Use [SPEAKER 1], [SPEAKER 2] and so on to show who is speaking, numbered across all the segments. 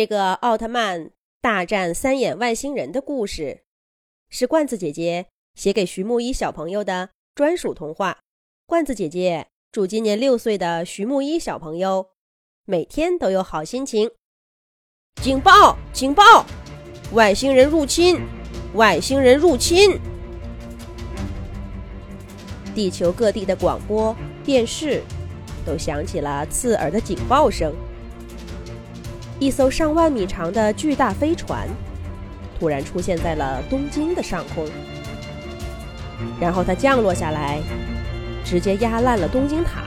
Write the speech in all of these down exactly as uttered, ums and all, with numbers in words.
[SPEAKER 1] 这个奥特曼大战三眼外星人的故事，是罐子姐姐写给徐木一小朋友的专属童话。罐子姐姐祝今年六岁的徐木一小朋友每天都有好心情。警报！警报！外星人入侵！外星人入侵！地球各地的广播、电视都响起了刺耳的警报声。一艘上万米长的巨大飞船突然出现在了东京的上空，然后它降落下来，直接压烂了东京塔。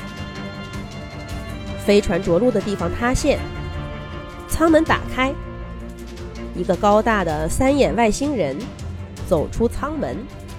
[SPEAKER 1] 飞船着陆的地方塌陷，舱门打开，一个高大的三眼外星人走出舱门，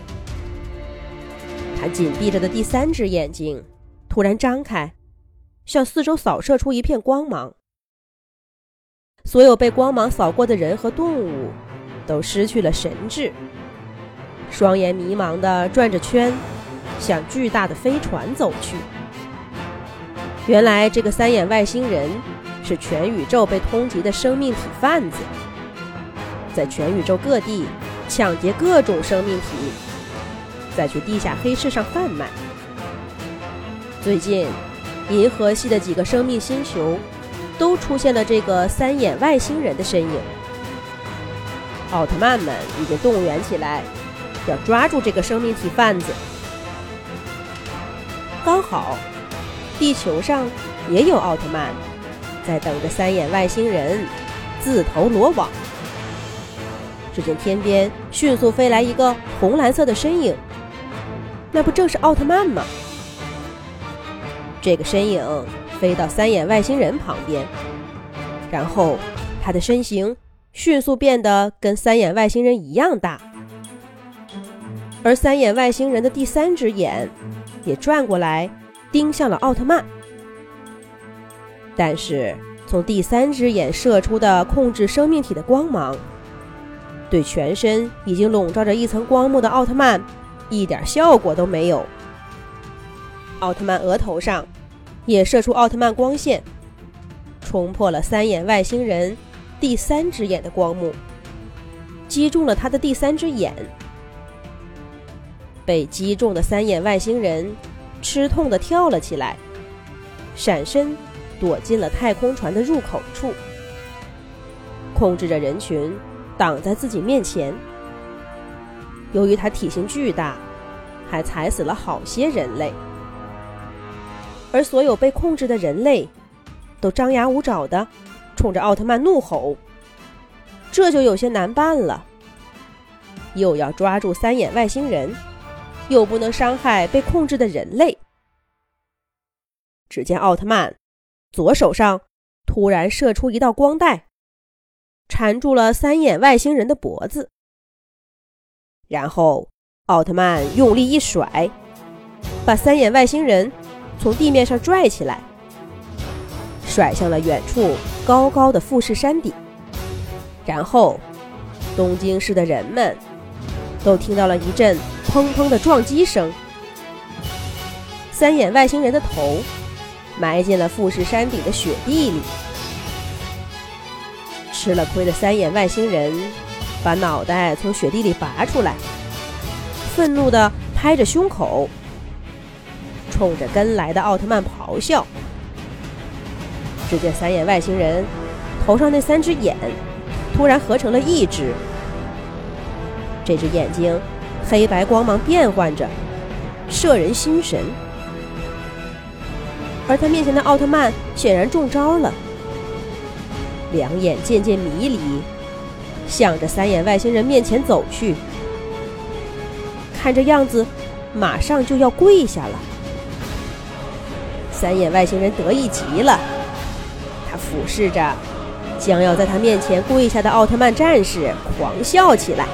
[SPEAKER 1] 他紧闭着的第三只眼睛突然张开，向四周扫射出一片光芒。所有被光芒扫过的人和动物都失去了神智，双眼迷茫地转着圈，向巨大的飞船走去。原来这个三眼外星人是全宇宙被通缉的生命体贩子，在全宇宙各地抢劫各种生命体，再去地下黑市上贩卖。最近银河系的几个生命星球都出现了这个三眼外星人的身影。奥特曼们已经动员起来，要抓住这个生命体贩子。刚好地球上也有奥特曼在等着三眼外星人自投罗网。只见天边迅速飞来一个红蓝色的身影，那不正是奥特曼吗？这个身影飞到三眼外星人旁边，然后他的身形迅速变得跟三眼外星人一样大，而三眼外星人的第三只眼也转过来盯向了奥特曼。但是从第三只眼射出的控制生命体的光芒，对全身已经笼罩着一层光幕的奥特曼一点效果都没有。奥特曼额头上也射出奥特曼光线，冲破了三眼外星人第三只眼的光幕，击中了他的第三只眼。被击中的三眼外星人吃痛地跳了起来，闪身躲进了太空船的入口处，控制着人群挡在自己面前。由于他体型巨大，还踩死了好些人类，而所有被控制的人类都张牙舞爪地冲着奥特曼怒吼。这就有些难办了，又要抓住三眼外星人，又不能伤害被控制的人类。只见奥特曼左手上突然射出一道光带，缠住了三眼外星人的脖子，然后奥特曼用力一甩，把三眼外星人从地面上拽起来，甩向了远处高高的富士山顶。然后东京市的人们都听到了一阵砰砰的撞击声，三眼外星人的头埋进了富士山顶的雪地里。吃了亏的三眼外星人把脑袋从雪地里拔出来，愤怒地拍着胸口，冲着跟来的奥特曼咆哮。只见三眼外星人头上那三只眼突然合成了一只，这只眼睛黑白光芒变换着，摄人心神。而他面前的奥特曼显然中招了，两眼渐渐迷离，向着三眼外星人面前走去，看这样子马上就要跪下了。三眼外星人得意极了，他俯视着将要在他面前跪下的奥特曼战士，狂笑起来。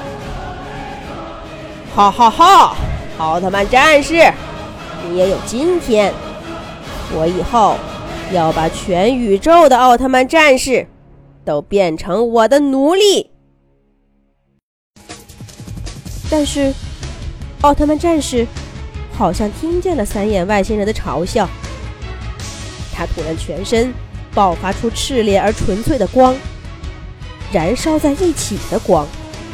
[SPEAKER 1] 哈哈哈！奥特曼战士，你也有今天！我以后要把全宇宙的奥特曼战士都变成我的奴隶。但是奥特曼战士好像听见了三眼外星人的嘲笑，他突然全身爆发出炽烈而纯粹的光，燃烧在一起的光。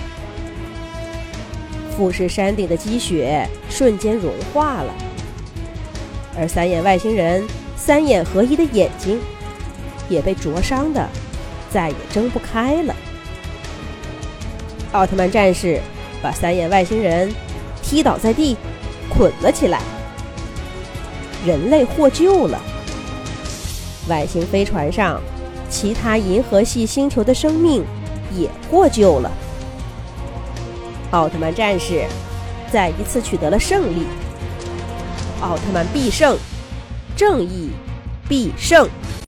[SPEAKER 1] 富士山顶的积雪瞬间融化了，而三眼外星人三眼合一的眼睛也被灼伤的再也睁不开了。奥特曼战士把三眼外星人踢倒在地，捆了起来。人类获救了。外星飞船上其他银河系星球的生命也获救了。奥特曼战士再一次取得了胜利。奥特曼必胜，正义必胜。